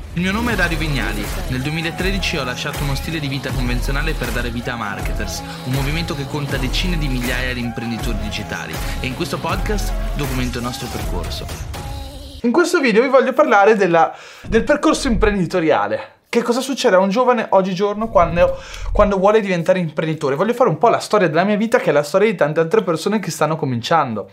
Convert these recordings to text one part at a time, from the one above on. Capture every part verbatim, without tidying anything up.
Il mio nome è Dario Vignali. Nel duemilatredici ho lasciato uno stile di vita convenzionale per dare vita a Marketers, un movimento che conta decine di migliaia di imprenditori digitali, e in questo podcast documento il nostro percorso. In questo video vi voglio parlare della, del percorso imprenditoriale. Che cosa succede a un giovane oggigiorno quando, quando vuole diventare imprenditore? Voglio fare un po' la storia della mia vita, che è la storia di tante altre persone che stanno cominciando.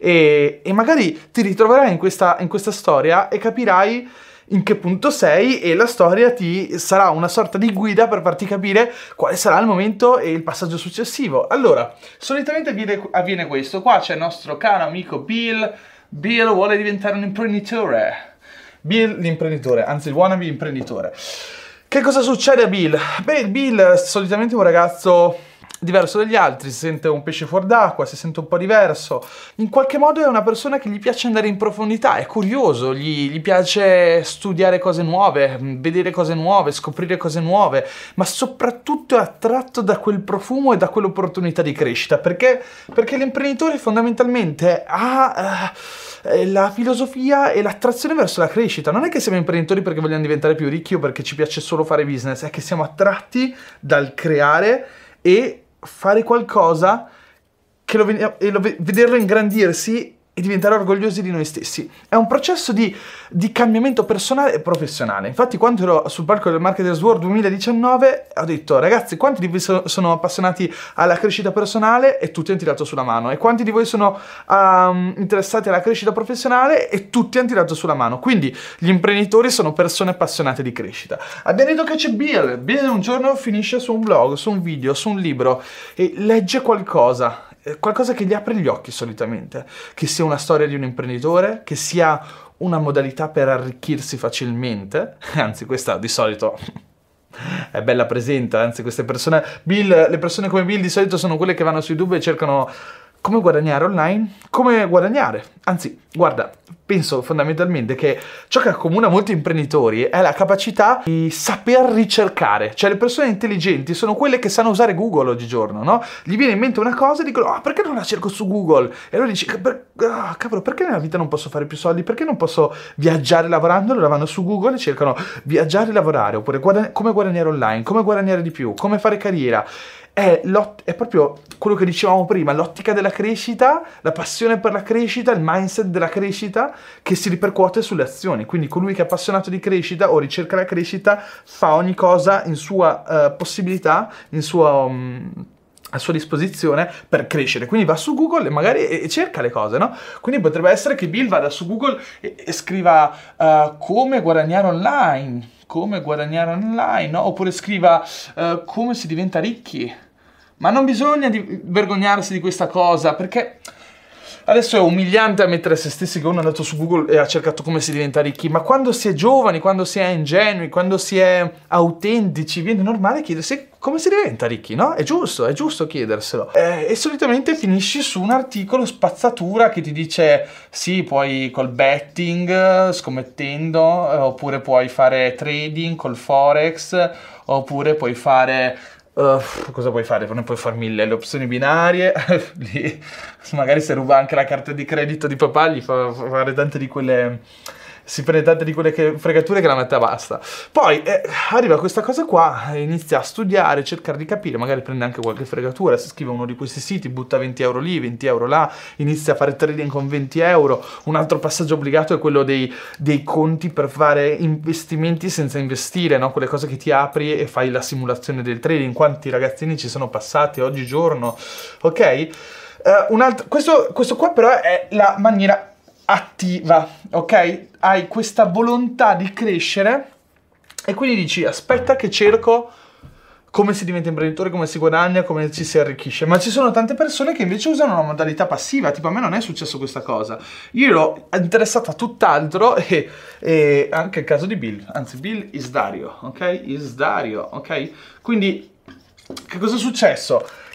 E, e magari ti ritroverai in questa, in questa storia e capirai in che punto sei, e la storia ti sarà una sorta di guida per farti capire quale sarà il momento e il passaggio successivo. Allora, solitamente avviene, avviene questo. Qua c'è il nostro caro amico Bill. Bill vuole diventare un imprenditore. Bill l'imprenditore, anzi il wannabe imprenditore. Che cosa succede a Bill? Beh, Bill solitamente è un ragazzo diverso dagli altri, si sente un pesce fuor d'acqua, si sente un po' diverso. In qualche modo è una persona che gli piace andare in profondità, è curioso, gli, gli piace studiare cose nuove, vedere cose nuove, scoprire cose nuove, ma soprattutto è attratto da quel profumo e da quell'opportunità di crescita. Perché? Perché l'imprenditore fondamentalmente ha uh, la filosofia e l'attrazione verso la crescita. Non è che siamo imprenditori perché vogliamo diventare più ricchi o perché ci piace solo fare business, è che siamo attratti dal creare e fare qualcosa che lo, e lo, vederlo ingrandirsi e diventare orgogliosi di noi stessi. È un processo di, di cambiamento personale e professionale. Infatti, quando ero sul palco del Marketers World duemiladiciannove ho detto: ragazzi, quanti di voi so, sono appassionati alla crescita personale? E tutti hanno tirato sulla mano. E quanti di voi sono um, interessati alla crescita professionale? E tutti hanno tirato sulla mano. Quindi gli imprenditori sono persone appassionate di crescita. Abbiamo detto che c'è Bill. Bill un giorno finisce su un blog, su un video, su un libro e legge qualcosa. Qualcosa che gli apre gli occhi solitamente, che sia una storia di un imprenditore, che sia una modalità per arricchirsi facilmente, anzi questa di solito è bella presente, anzi queste persone, Bill, le persone come Bill di solito sono quelle che vanno su YouTube e cercano come guadagnare online, come guadagnare, anzi guarda, penso fondamentalmente che ciò che accomuna molti imprenditori è la capacità di saper ricercare. Cioè le persone intelligenti sono quelle che sanno usare Google oggigiorno, no? Gli viene in mente una cosa e dicono: ah, perché non la cerco su Google? E allora dici: per, ah, cavolo, perché nella vita non posso fare più soldi? Perché non posso viaggiare lavorando? Allora vanno su Google e cercano viaggiare e lavorare, oppure guadagn- come guadagnare online, come guadagnare di più, come fare carriera. È, è proprio quello che dicevamo prima, l'ottica della crescita, la passione per la crescita, il mindset della crescita che si ripercuote sulle azioni. Quindi colui che è appassionato di crescita o ricerca la crescita fa ogni cosa in sua uh, possibilità, in sua... Um, a sua disposizione per crescere. Quindi va su Google e magari e cerca le cose, no? Quindi potrebbe essere che Bill vada su Google e, e scriva uh, come guadagnare online, come guadagnare online, no? Oppure scriva uh, come si diventa ricchi. Ma non bisogna di vergognarsi di questa cosa, perché adesso è umiliante ammettere a se stessi che uno è andato su Google e ha cercato come si diventa ricchi, ma quando si è giovani, quando si è ingenui, quando si è autentici, viene normale chiedersi come si diventa ricchi, no? È giusto, è giusto chiederselo. Eh, e solitamente finisci su un articolo spazzatura che ti dice: sì, puoi col betting, scommettendo, eh, oppure puoi fare trading col forex, oppure puoi fare... Uh, cosa puoi fare? Ne puoi fare mille, le opzioni binarie, lì, magari se ruba anche la carta di credito di papà gli fa fare tante di quelle, si prende tante di quelle che, fregature che la mette a basta. Poi eh, arriva questa cosa qua, inizia a studiare, cercare di capire, magari prende anche qualche fregatura, si iscrive a uno di questi siti, butta venti euro lì, venti euro là, inizia a fare trading con venti euro. Un altro passaggio obbligato è quello dei, dei conti per fare investimenti senza investire, no? Quelle cose che ti apri e fai la simulazione del trading. Quanti ragazzini ci sono passati oggigiorno, ok? Uh, un altro, questo, questo qua però è la maniera attiva, ok? Hai questa volontà di crescere e quindi dici: aspetta che cerco come si diventa imprenditore, come si guadagna, come ci si arricchisce. Ma ci sono tante persone che invece usano una modalità passiva, tipo a me non è successo questa cosa. Io ero interessato a tutt'altro e, e anche il caso di Bill, anzi Bill is Dario, ok? Is Dario, ok? Quindi che cosa è successo?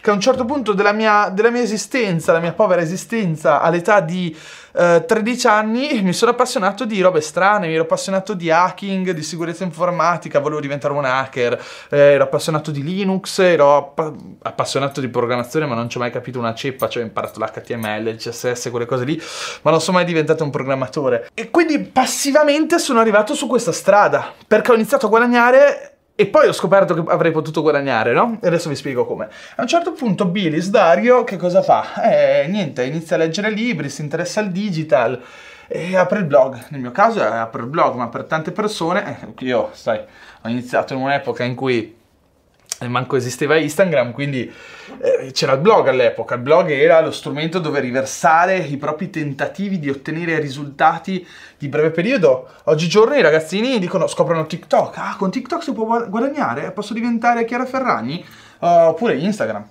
che a un certo punto della mia, della mia esistenza, la mia povera esistenza, all'età di Uh, tredici anni, mi sono appassionato di robe strane, mi ero appassionato di hacking, di sicurezza informatica, volevo diventare un hacker, eh, ero appassionato di Linux, ero app- appassionato di programmazione, ma non ci ho mai capito una ceppa, cioè ho imparato l'H T M L, il C S S, quelle cose lì, ma non sono mai diventato un programmatore. E quindi passivamente sono arrivato su questa strada, perché ho iniziato a guadagnare. E poi ho scoperto che avrei potuto guadagnare, no? E adesso vi spiego come. A un certo punto Bilis Dario che cosa fa? Eh, niente, inizia a leggere libri, si interessa al digital e apre il blog. Nel mio caso è apre il blog, ma per tante persone, eh, io, sai, ho iniziato in un'epoca in cui manco esisteva Instagram, quindi eh, c'era il blog all'epoca. Il blog era lo strumento dove riversare i propri tentativi di ottenere risultati di breve periodo. Oggigiorno i ragazzini dicono, scoprono TikTok. Ah, con TikTok si può guadagnare? Posso diventare Chiara Ferragni? Uh, oppure Instagram,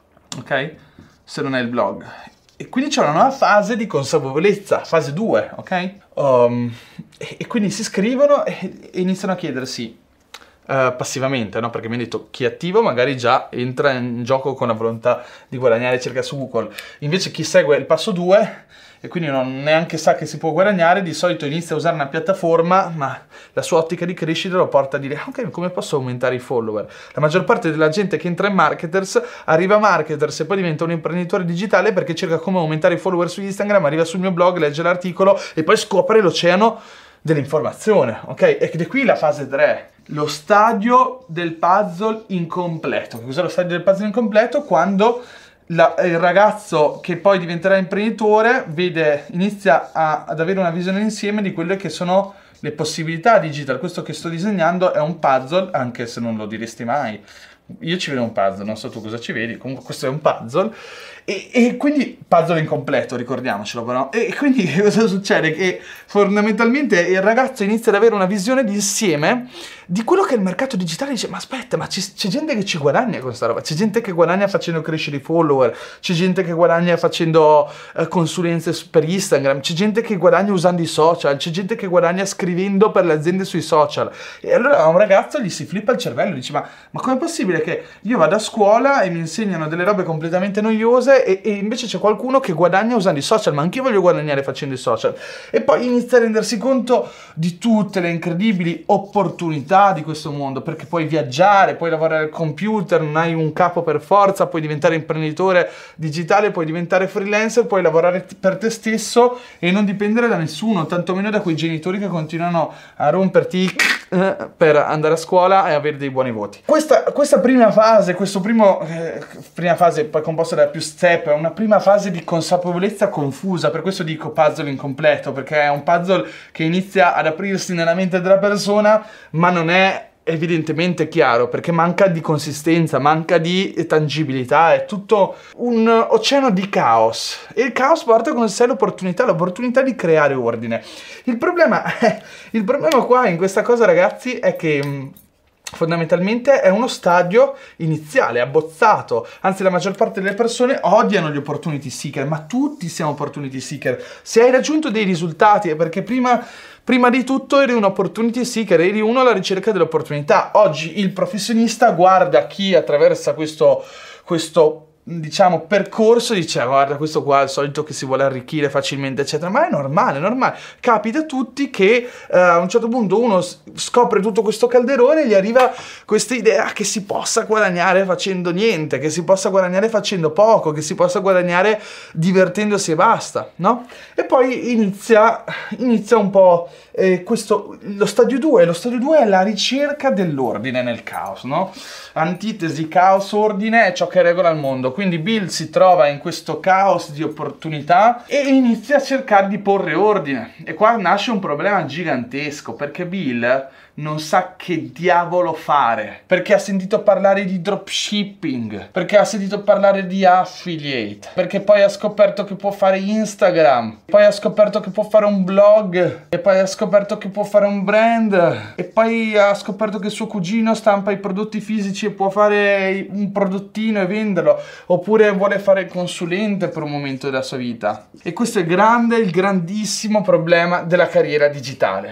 ok? Se non è il blog. E quindi c'è una nuova fase di consapevolezza, fase due, ok? Um, e, e quindi si iscrivono e, e iniziano a chiedersi, Uh, passivamente, no? Perché mi hanno detto chi è attivo magari già entra in gioco con la volontà di guadagnare, cerca su Google. Invece chi segue il passo due e quindi non neanche sa che si può guadagnare, di solito inizia a usare una piattaforma, ma la sua ottica di crescita lo porta a dire ok, come posso aumentare i follower? La maggior parte della gente che entra in marketers arriva a marketers e poi diventa un imprenditore digitale perché cerca come aumentare i follower su Instagram, arriva sul mio blog, legge l'articolo e poi scopre l'oceano dell'informazione, ok? Ed è qui la fase tre. Lo stadio del puzzle incompleto. Che cos'è lo stadio del puzzle incompleto? Quando la, il ragazzo che poi diventerà imprenditore vede, inizia a, ad avere una visione insieme di quelle che sono le possibilità digital. Questo che sto disegnando è un puzzle, anche se non lo diresti mai. Io ci vedo un puzzle, non so tu cosa ci vedi, comunque questo è un puzzle. E, e quindi puzzle incompleto, ricordiamocelo però. E quindi cosa succede? Che fondamentalmente il ragazzo inizia ad avere una visione di insieme di quello che è il mercato digitale. Dice, ma aspetta, ma c'è, c'è gente che ci guadagna con questa roba, c'è gente che guadagna facendo crescere i follower, c'è gente che guadagna facendo eh, consulenze per Instagram, c'è gente che guadagna usando i social, c'è gente che guadagna scrivendo per le aziende sui social. E allora a un ragazzo gli si flippa il cervello, dice, ma, ma com'è possibile che io vado a scuola e mi insegnano delle robe completamente noiose e, e invece c'è qualcuno che guadagna usando i social, ma anch'io voglio guadagnare facendo i social. E poi inizia a rendersi conto di tutte le incredibili opportunità di questo mondo, perché puoi viaggiare, puoi lavorare al computer, non hai un capo per forza, puoi diventare imprenditore digitale, puoi diventare freelancer, puoi lavorare t- per te stesso e non dipendere da nessuno, tantomeno da quei genitori che continuano a romperti eh, per andare a scuola e avere dei buoni voti. Questa, questa prima fase, questo primo eh, prima fase poi composta da più step, è una prima fase di consapevolezza confusa, per questo dico puzzle incompleto, perché è un puzzle che inizia ad aprirsi nella mente della persona, ma non è evidentemente chiaro, perché manca di consistenza, manca di tangibilità, è tutto un oceano di caos, e il caos porta con sé l'opportunità, l'opportunità di creare ordine. Il problema, il problema qua in questa cosa, ragazzi, è che fondamentalmente è uno stadio iniziale, abbozzato, anzi la maggior parte delle persone odiano gli opportunity seeker, ma tutti siamo opportunity seeker. Se hai raggiunto dei risultati è perché prima, prima di tutto eri un opportunity seeker, eri uno alla ricerca dell'opportunità. Oggi il professionista guarda chi attraversa questo, questo diciamo percorso, dice guarda questo qua è il solito che si vuole arricchire facilmente eccetera, ma è normale, è normale, capita a tutti che uh, a un certo punto uno scopre tutto questo calderone e gli arriva questa idea che si possa guadagnare facendo niente, che si possa guadagnare facendo poco, che si possa guadagnare divertendosi e basta, no? E poi inizia inizia un po' eh, questo, lo stadio due, lo stadio due è la ricerca dell'ordine nel caos, no? Antitesi, caos, ordine è ciò che regola il mondo. Quindi Bill si trova in questo caos di opportunità e inizia a cercare di porre ordine. E qua nasce un problema gigantesco, perché Bill non sa che diavolo fare, perché ha sentito parlare di dropshipping, perché ha sentito parlare di affiliate, perché poi ha scoperto che può fare Instagram, poi ha scoperto che può fare un blog, e poi ha scoperto che può fare un brand, e poi ha scoperto che suo cugino stampa i prodotti fisici e può fare un prodottino e venderlo, oppure vuole fare il consulente per un momento della sua vita. E questo è il grande, il grandissimo problema della carriera digitale,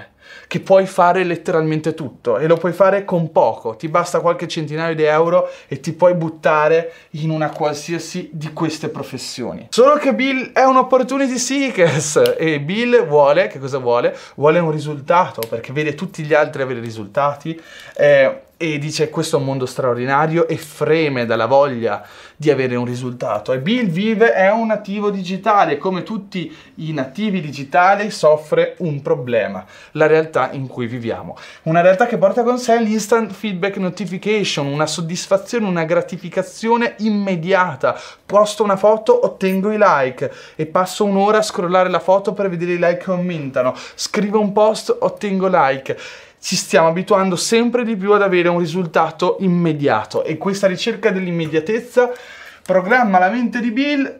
che puoi fare letteralmente tutto e lo puoi fare con poco, ti basta qualche centinaio di euro e ti puoi buttare in una qualsiasi di queste professioni. Solo che Bill è un opportunity seekers e Bill vuole, che cosa vuole? Vuole un risultato, perché vede tutti gli altri avere risultati eh, e dice questo è un mondo straordinario e freme dalla voglia di avere un risultato. E Bill vive, è un nativo digitale, come tutti i nativi digitali soffre un problema, la realtà in cui viviamo. Una realtà che porta con sé l'instant feedback notification, una soddisfazione, una gratificazione immediata. Posto una foto, ottengo i like e passo un'ora a scrollare la foto per vedere i like che aumentano. Scrivo un post, ottengo like. Ci stiamo abituando sempre di più ad avere un risultato immediato e questa ricerca dell'immediatezza programma la mente di Bill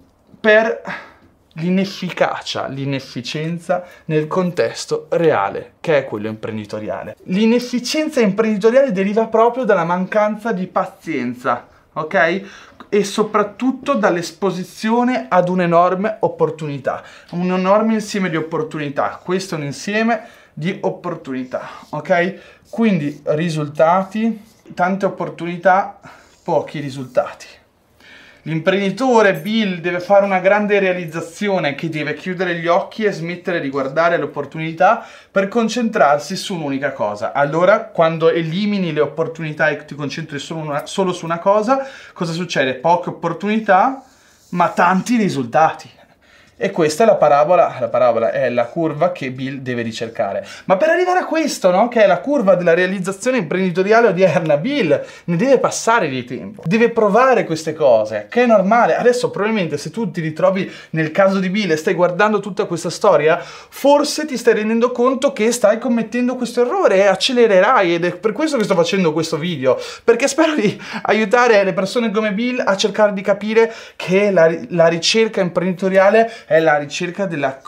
per l'inefficacia, l'inefficienza nel contesto reale, che è quello imprenditoriale. L'inefficienza imprenditoriale deriva proprio dalla mancanza di pazienza, ok? E soprattutto dall'esposizione ad un'enorme opportunità, un enorme insieme di opportunità. Questo è un insieme di opportunità, ok? Quindi risultati, tante opportunità, pochi risultati. L'imprenditore Bill deve fare una grande realizzazione, che deve chiudere gli occhi e smettere di guardare le opportunità per concentrarsi su un'unica cosa. Allora, quando elimini le opportunità e ti concentri solo, una, solo su una cosa, cosa succede? Poche opportunità, ma tanti risultati. E questa è la parabola, la parabola è la curva che Bill deve ricercare. Ma per arrivare a questo, no, che è la curva della realizzazione imprenditoriale odierna, Bill ne deve passare di tempo. Deve provare queste cose, che è normale. Adesso probabilmente se tu ti ritrovi nel caso di Bill e stai guardando tutta questa storia, forse ti stai rendendo conto che stai commettendo questo errore e accelererai, ed è per questo che sto facendo questo video, perché spero di aiutare le persone come Bill a cercare di capire che la, la ricerca imprenditoriale è la ricerca della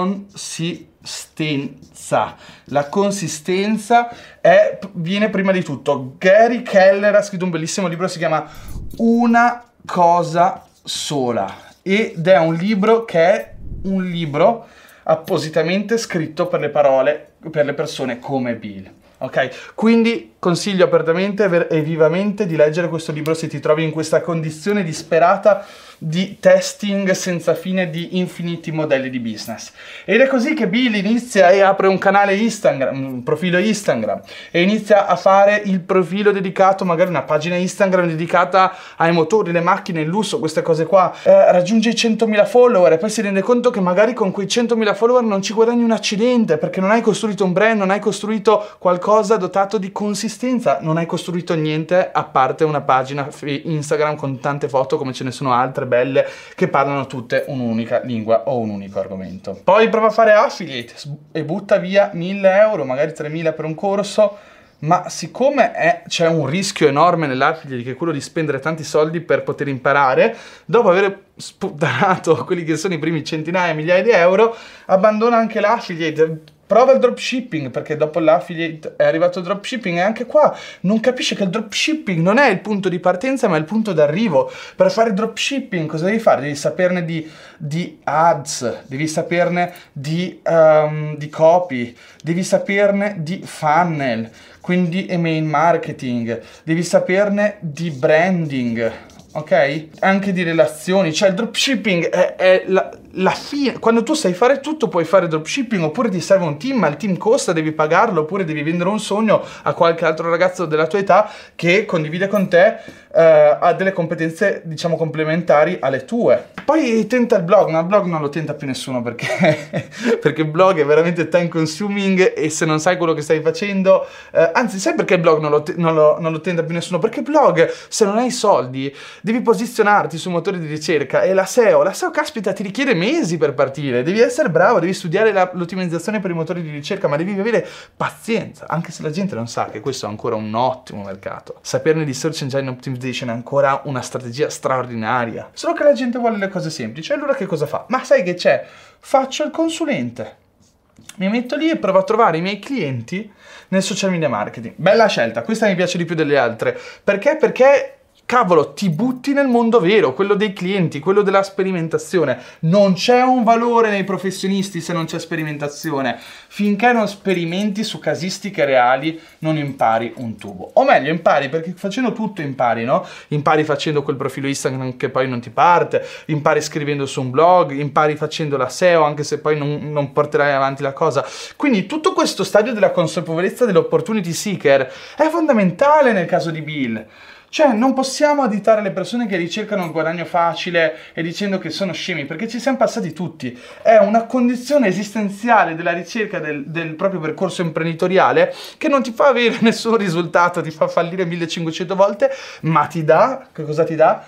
consistenza. La consistenza è, viene prima di tutto. Gary Keller ha scritto un bellissimo libro, si chiama Una cosa sola, ed è un libro che è un libro appositamente scritto per le parole, per le persone come Bill. Ok? Quindi consiglio apertamente e vivamente di leggere questo libro se ti trovi in questa condizione disperata di testing senza fine di infiniti modelli di business. Ed è così che Bill inizia e apre un canale Instagram, un profilo Instagram, e inizia a fare il profilo dedicato, magari una pagina Instagram dedicata ai motori, le macchine, il lusso, queste cose qua. Eh, raggiunge i centomila follower e poi si rende conto che magari con quei centomila follower non ci guadagni un accidente, perché non hai costruito un brand, non hai costruito qualcosa dotato di consistenza, non hai costruito niente a parte una pagina Instagram con tante foto come ce ne sono altre belle che parlano tutte un'unica lingua o un unico argomento. Poi prova a fare affiliate e butta via mille euro, magari tremila per un corso, ma siccome è, c'è un rischio enorme nell'affiliate, che è quello di spendere tanti soldi per poter imparare, dopo aver sputtanato quelli che sono i primi centinaia, migliaia di euro, abbandona anche l'affiliate. Prova il dropshipping, perché dopo l'affiliate è arrivato il dropshipping e anche qua non capisce che il dropshipping non è il punto di partenza ma è il punto d'arrivo. Per fare dropshipping cosa devi fare? Devi saperne di, di ads, devi saperne di, um, di copy, devi saperne di funnel, quindi email marketing, devi saperne di branding, ok? Anche di relazioni, cioè il dropshipping è, è la, la fine. Quando tu sai fare tutto puoi fare dropshipping, oppure ti serve un team, ma il team costa, devi pagarlo, oppure devi vendere un sogno a qualche altro ragazzo della tua età che condivide con te, eh, ha delle competenze diciamo complementari alle tue. Poi tenta il blog, ma il blog non lo tenta più nessuno perché, perché il blog è veramente time consuming e se non sai quello che stai facendo, eh, anzi sai perché il blog non lo, non, lo, non lo tenta più nessuno? Perché il blog, se non hai soldi, devi posizionarti su motori di ricerca e la S E O, la S E O caspita ti richiede mesi per partire, devi essere bravo, devi studiare la, l'ottimizzazione per i motori di ricerca, ma devi avere pazienza, anche se la gente non sa che questo è ancora un ottimo mercato. Saperne di Search Engine Optimization è ancora una strategia straordinaria, solo che la gente vuole le cose semplici. Allora che cosa fa? Ma sai che c'è? Faccio il consulente, mi metto lì e provo a trovare i miei clienti nel social media marketing. Bella scelta, questa mi piace di più delle altre. Perché? Perché cavolo, ti butti nel mondo vero, quello dei clienti, quello della sperimentazione. Non c'è un valore nei professionisti se non c'è sperimentazione. Finché non sperimenti su casistiche reali, non impari un tubo. O meglio, impari, perché facendo tutto impari, no? Impari facendo quel profilo Instagram che poi non ti parte, impari scrivendo su un blog, impari facendo la S E O, anche se poi non, non porterai avanti la cosa. Quindi tutto questo stadio della consapevolezza dell'opportunity seeker è fondamentale nel caso di Bill. Cioè, non possiamo additare le persone che ricercano il guadagno facile e dicendo che sono scemi, perché ci siamo passati tutti. È una condizione esistenziale della ricerca del, del proprio percorso imprenditoriale che non ti fa avere nessun risultato, ti fa fallire millecinquecento volte, ma ti dà, che cosa ti dà?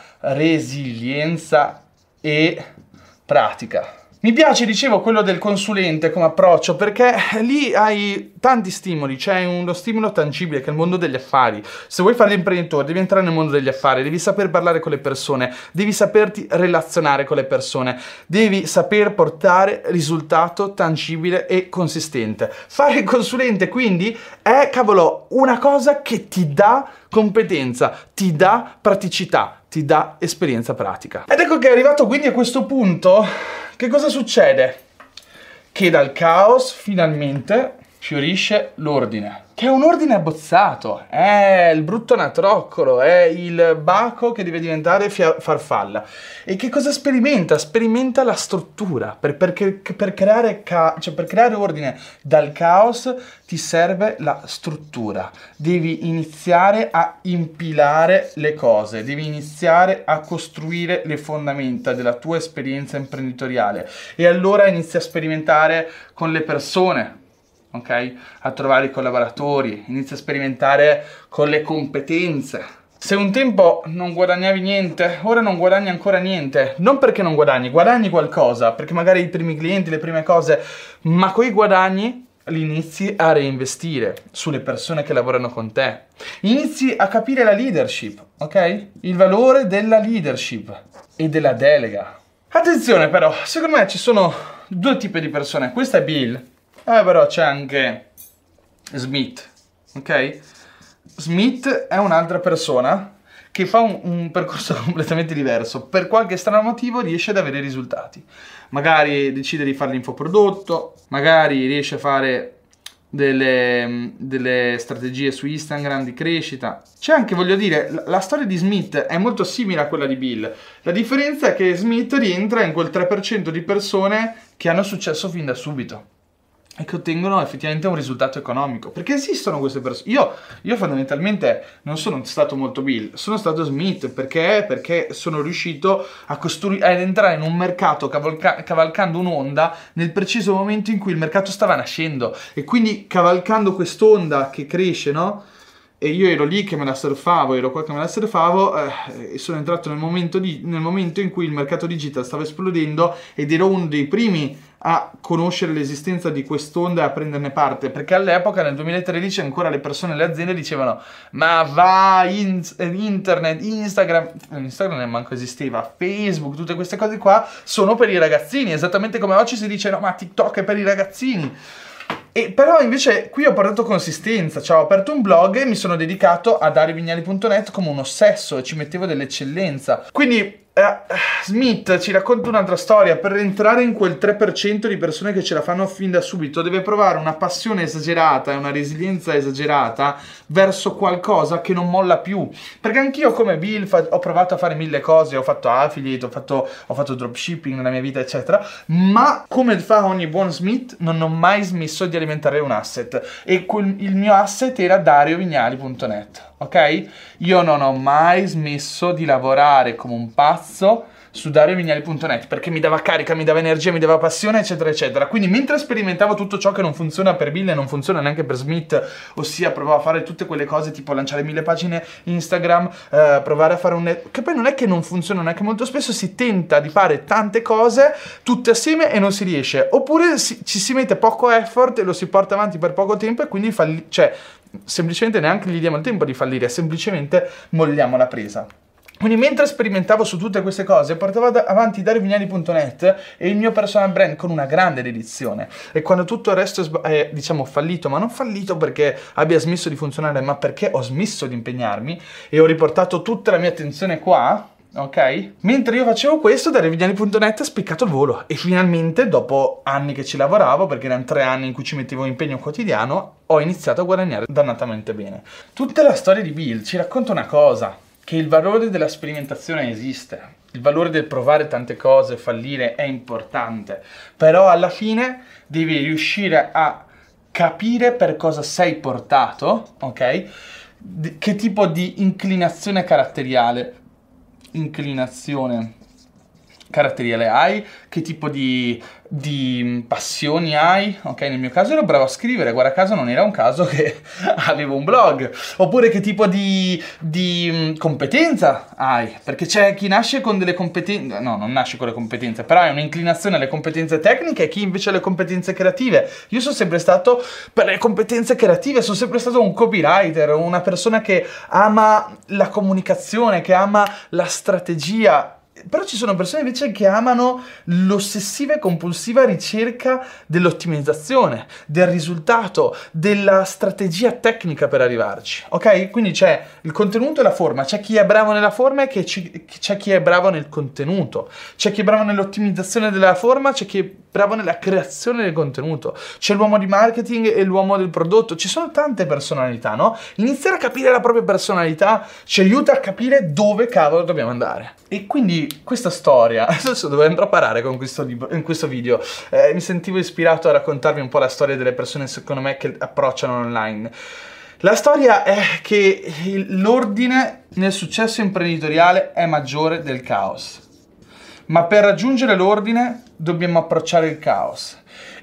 Resilienza e pratica. Mi piace, dicevo, quello del consulente come approccio, perché lì hai tanti stimoli, c'è uno stimolo tangibile che è il mondo degli affari. Se vuoi fare l'imprenditore devi entrare nel mondo degli affari, devi saper parlare con le persone, devi saperti relazionare con le persone, devi saper portare risultato tangibile e consistente. Fare il consulente quindi è, cavolo, una cosa che ti dà competenza, ti dà praticità, ti dà esperienza pratica. Ed ecco che è arrivato quindi a questo punto. Che cosa succede? Che dal caos finalmente fiorisce l'ordine, che è un ordine abbozzato, è il brutto anatroccolo, è il baco che deve diventare farfalla. E che cosa sperimenta? Sperimenta la struttura, per, per, per, creare ca cioè per creare ordine dal caos ti serve la struttura, devi iniziare a impilare le cose, devi iniziare a costruire le fondamenta della tua esperienza imprenditoriale e allora inizi a sperimentare con le persone. Ok? A trovare i collaboratori, inizi a sperimentare con le competenze. Se un tempo non guadagnavi niente, ora non guadagni ancora niente. Non perché non guadagni, guadagni qualcosa, perché magari i primi clienti, le prime cose, ma quei guadagni li inizi a reinvestire sulle persone che lavorano con te. Inizi a capire la leadership, ok? Il valore della leadership e della delega. Attenzione però, secondo me ci sono due tipi di persone. Questa è Bill. Eh, però c'è anche Smith, ok? Smith è un'altra persona che fa un, un percorso completamente diverso. Per qualche strano motivo riesce ad avere risultati. Magari decide di fare l'infoprodotto, magari riesce a fare delle, delle strategie su Instagram di crescita. C'è anche, voglio dire, la, la storia di Smith è molto simile a quella di Bill. La differenza è che Smith rientra in quel tre per cento di persone che hanno successo fin da subito e che ottengono effettivamente un risultato economico. Perché esistono queste persone. Io, io fondamentalmente non sono stato molto Bill, sono stato Smith. Perché? Perché sono riuscito a costruire, ad entrare in un mercato cavalca, cavalcando un'onda nel preciso momento in cui il mercato stava nascendo. E quindi cavalcando quest'onda che cresce, no? E io ero lì che me la surfavo, ero qua che me la surfavo eh, e sono entrato nel momento, di, nel momento in cui il mercato digital stava esplodendo ed ero uno dei primi a conoscere l'esistenza di quest'onda e a prenderne parte, perché all'epoca, nel duemilatredici, ancora le persone e le aziende dicevano ma va, in, internet, Instagram, Instagram neanche esisteva, Facebook, tutte queste cose qua sono per i ragazzini, esattamente come oggi si dice no ma TikTok è per i ragazzini. E però invece qui ho portato consistenza, cioè ho aperto un blog e mi sono dedicato a dario vignali punto net come un ossesso e ci mettevo dell'eccellenza. Quindi eh, Smith ci racconta un'altra storia. Per entrare in quel tre per cento di persone che ce la fanno fin da subito deve provare una passione esagerata e una resilienza esagerata verso qualcosa che non molla più. Perché anch'io come Bill ho provato a fare mille cose, ho fatto affiliate, ho fatto, ho fatto dropshipping nella mia vita eccetera, ma come fa ogni buon Smith non ho mai smesso di alimentare un asset e quel, il mio asset era dario vignali punto net. Ok? Io non ho mai smesso di lavorare come un pazzo su dario vignali punto net perché mi dava carica, mi dava energia, mi dava passione eccetera eccetera. Quindi mentre sperimentavo tutto ciò che non funziona per Bill e non funziona neanche per Smith, ossia provavo a fare tutte quelle cose tipo lanciare mille pagine Instagram, eh, provare a fare un net... che poi non è che non funziona, non è che molto spesso si tenta di fare tante cose tutte assieme e non si riesce, oppure si, ci si mette poco effort e lo si porta avanti per poco tempo e quindi falli... cioè semplicemente neanche gli diamo il tempo di fallire, semplicemente molliamo la presa. Quindi mentre sperimentavo su tutte queste cose, portavo avanti dario vignali punto net e il mio personal brand con una grande dedizione. E quando tutto il resto è, è, diciamo, fallito, ma non fallito perché abbia smesso di funzionare, ma perché ho smesso di impegnarmi e ho riportato tutta la mia attenzione qua, ok? Mentre io facevo questo, dario vignali punto net ha spiccato il volo. E finalmente, dopo anni che ci lavoravo, perché erano tre anni in cui ci mettevo impegno quotidiano, ho iniziato a guadagnare dannatamente bene. Tutta la storia di Bill ci racconta una cosa, che il valore della sperimentazione esiste, il valore del provare tante cose, fallire è importante, però alla fine devi riuscire a capire per cosa sei portato, ok? D- che tipo di inclinazione caratteriale, inclinazione caratteriale hai, che tipo di, di passioni hai, ok? Nel mio caso ero bravo a scrivere, guarda caso non era un caso che avevo un blog, oppure che tipo di, di competenza hai, perché c'è chi nasce con delle competenze, no, non nasce con le competenze, però hai un'inclinazione alle competenze tecniche e chi invece ha le competenze creative. Io sono sempre stato per le competenze creative, sono sempre stato un copywriter, una persona che ama la comunicazione, che ama la strategia. Però ci sono persone invece che amano l'ossessiva e compulsiva ricerca dell'ottimizzazione, del risultato, della strategia tecnica per arrivarci, ok? Quindi c'è il contenuto e la forma, c'è chi è bravo nella forma e c'è chi è bravo nel contenuto, c'è chi è bravo nell'ottimizzazione della forma, c'è chi è bravo nella creazione del contenuto, c'è l'uomo di marketing e l'uomo del prodotto, ci sono tante personalità, no? Iniziare a capire la propria personalità ci aiuta a capire dove cavolo dobbiamo andare. E quindi questa storia, adesso dove andrò a parare con questo, libro, in questo video, eh, mi sentivo ispirato a raccontarvi un po' la storia delle persone secondo me che approcciano online. La storia è che l'ordine nel successo imprenditoriale è maggiore del caos, ma per raggiungere l'ordine dobbiamo approcciare il caos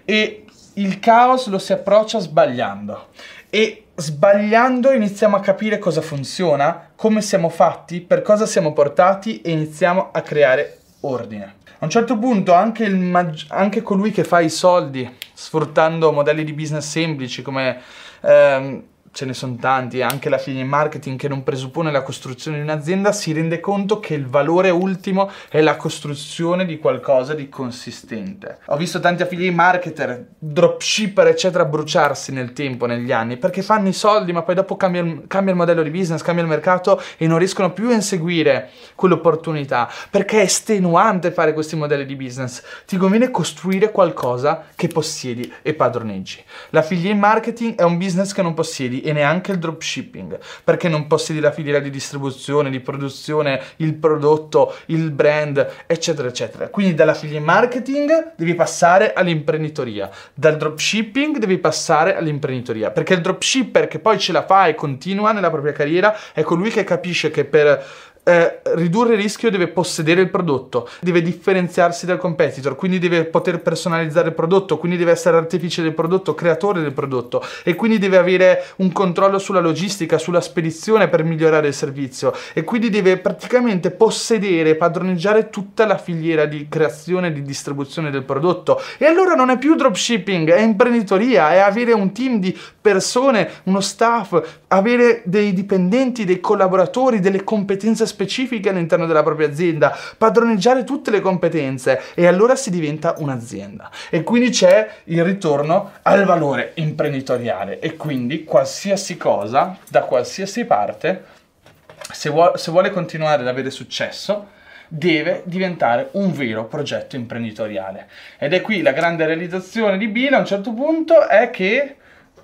e il caos lo si approccia sbagliando e sbagliando iniziamo a capire cosa funziona, come siamo fatti, per cosa siamo portati e iniziamo a creare ordine. A un certo punto anche, il mag- anche colui che fa i soldi sfruttando modelli di business semplici come ehm, ce ne sono tanti, anche la figlia in marketing che non presuppone la costruzione di un'azienda, si rende conto che il valore ultimo è la costruzione di qualcosa di consistente. Ho visto tanti affiliate marketer, dropshipper eccetera bruciarsi nel tempo, negli anni, perché fanno i soldi ma poi dopo cambia il, cambia il modello di business, cambia il mercato e non riescono più a inseguire quell'opportunità, perché è estenuante fare questi modelli di business. Ti conviene costruire qualcosa che possiedi e padroneggi. La figlia in marketing è un business che non possiedi e neanche il dropshipping, perché non possiedi la filiera di distribuzione, di produzione, il prodotto, il brand, eccetera, eccetera. Quindi dalla filiera marketing devi passare all'imprenditoria, dal dropshipping devi passare all'imprenditoria, perché il dropshipper che poi ce la fa e continua nella propria carriera è colui che capisce che per Eh, ridurre il rischio deve possedere il prodotto, deve differenziarsi dal competitor, quindi deve poter personalizzare il prodotto, quindi deve essere artefice del prodotto, creatore del prodotto e quindi deve avere un controllo sulla logistica, sulla spedizione per migliorare il servizio e quindi deve praticamente possedere, padroneggiare tutta la filiera di creazione e di distribuzione del prodotto. E allora non è più dropshipping, è imprenditoria, è avere un team di persone, uno staff, avere dei dipendenti, dei collaboratori, delle competenze specifiche all'interno della propria azienda, padroneggiare tutte le competenze e allora si diventa un'azienda. E quindi c'è il ritorno al valore imprenditoriale e quindi qualsiasi cosa, da qualsiasi parte, se vuole, se vuole continuare ad avere successo, deve diventare un vero progetto imprenditoriale. Ed è qui la grande realizzazione di Bill a un certo punto, è che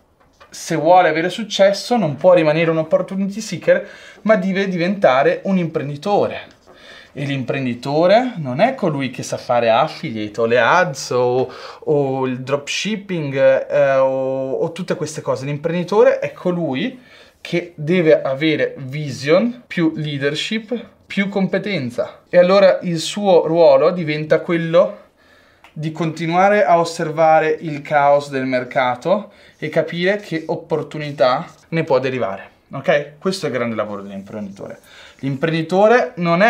se vuole avere successo non può rimanere un opportunity seeker, ma deve diventare un imprenditore. E l'imprenditore non è colui che sa fare affiliate o le ads o, o il dropshipping eh, o, o tutte queste cose. L'imprenditore è colui che deve avere vision, più leadership, più competenza. E allora il suo ruolo diventa quello di continuare a osservare il caos del mercato e capire che opportunità ne può derivare, ok? Questo è il grande lavoro dell'imprenditore. L'imprenditore non è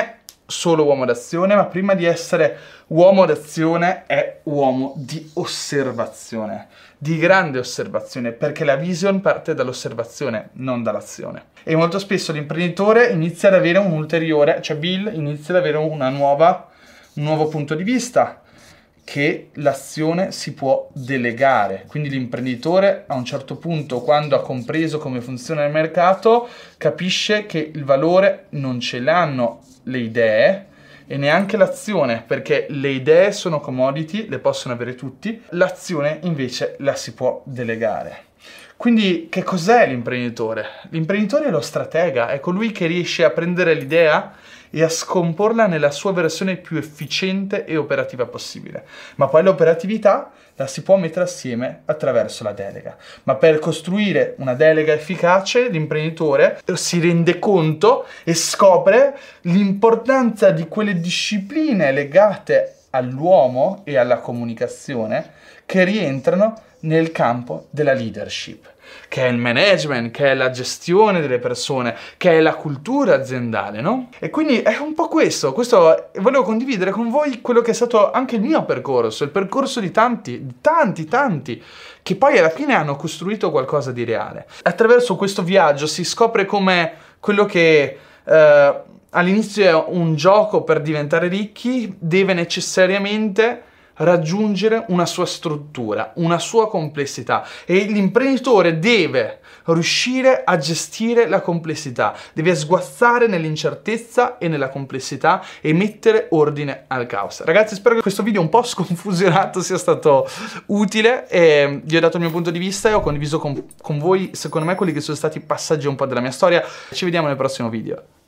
solo uomo d'azione, ma prima di essere uomo d'azione è uomo di osservazione, di grande osservazione, perché la vision parte dall'osservazione, non dall'azione. E molto spesso l'imprenditore inizia ad avere un ulteriore, cioè Bill inizia ad avere una nuova, un nuovo punto di vista, che l'azione si può delegare. Quindi l'imprenditore a un certo punto, quando ha compreso come funziona il mercato, capisce che il valore non ce l'hanno le idee e neanche l'azione, perché le idee sono commodity, le possono avere tutti, l'azione invece la si può delegare. Quindi che cos'è l'imprenditore? L'imprenditore è lo stratega, è colui che riesce a prendere l'idea e a scomporla nella sua versione più efficiente e operativa possibile. Ma poi l'operatività la si può mettere assieme attraverso la delega. Ma per costruire una delega efficace, l'imprenditore si rende conto e scopre l'importanza di quelle discipline legate all'uomo e alla comunicazione che rientrano nel campo della leadership, che è il management, che è la gestione delle persone, che è la cultura aziendale, no? E quindi è un po' questo, questo volevo condividere con voi quello che è stato anche il mio percorso, il percorso di tanti, di tanti, tanti, che poi alla fine hanno costruito qualcosa di reale. Attraverso questo viaggio si scopre come quello che eh, all'inizio è un gioco per diventare ricchi deve necessariamente raggiungere una sua struttura, una sua complessità, e l'imprenditore deve riuscire a gestire la complessità, deve sguazzare nell'incertezza e nella complessità e mettere ordine al caos. Ragazzi, spero che questo video un po' sconfusionato sia stato utile e vi ho dato il mio punto di vista e ho condiviso con, con voi, secondo me, quelli che sono stati passaggi un po' della mia storia. Ci vediamo nel prossimo video.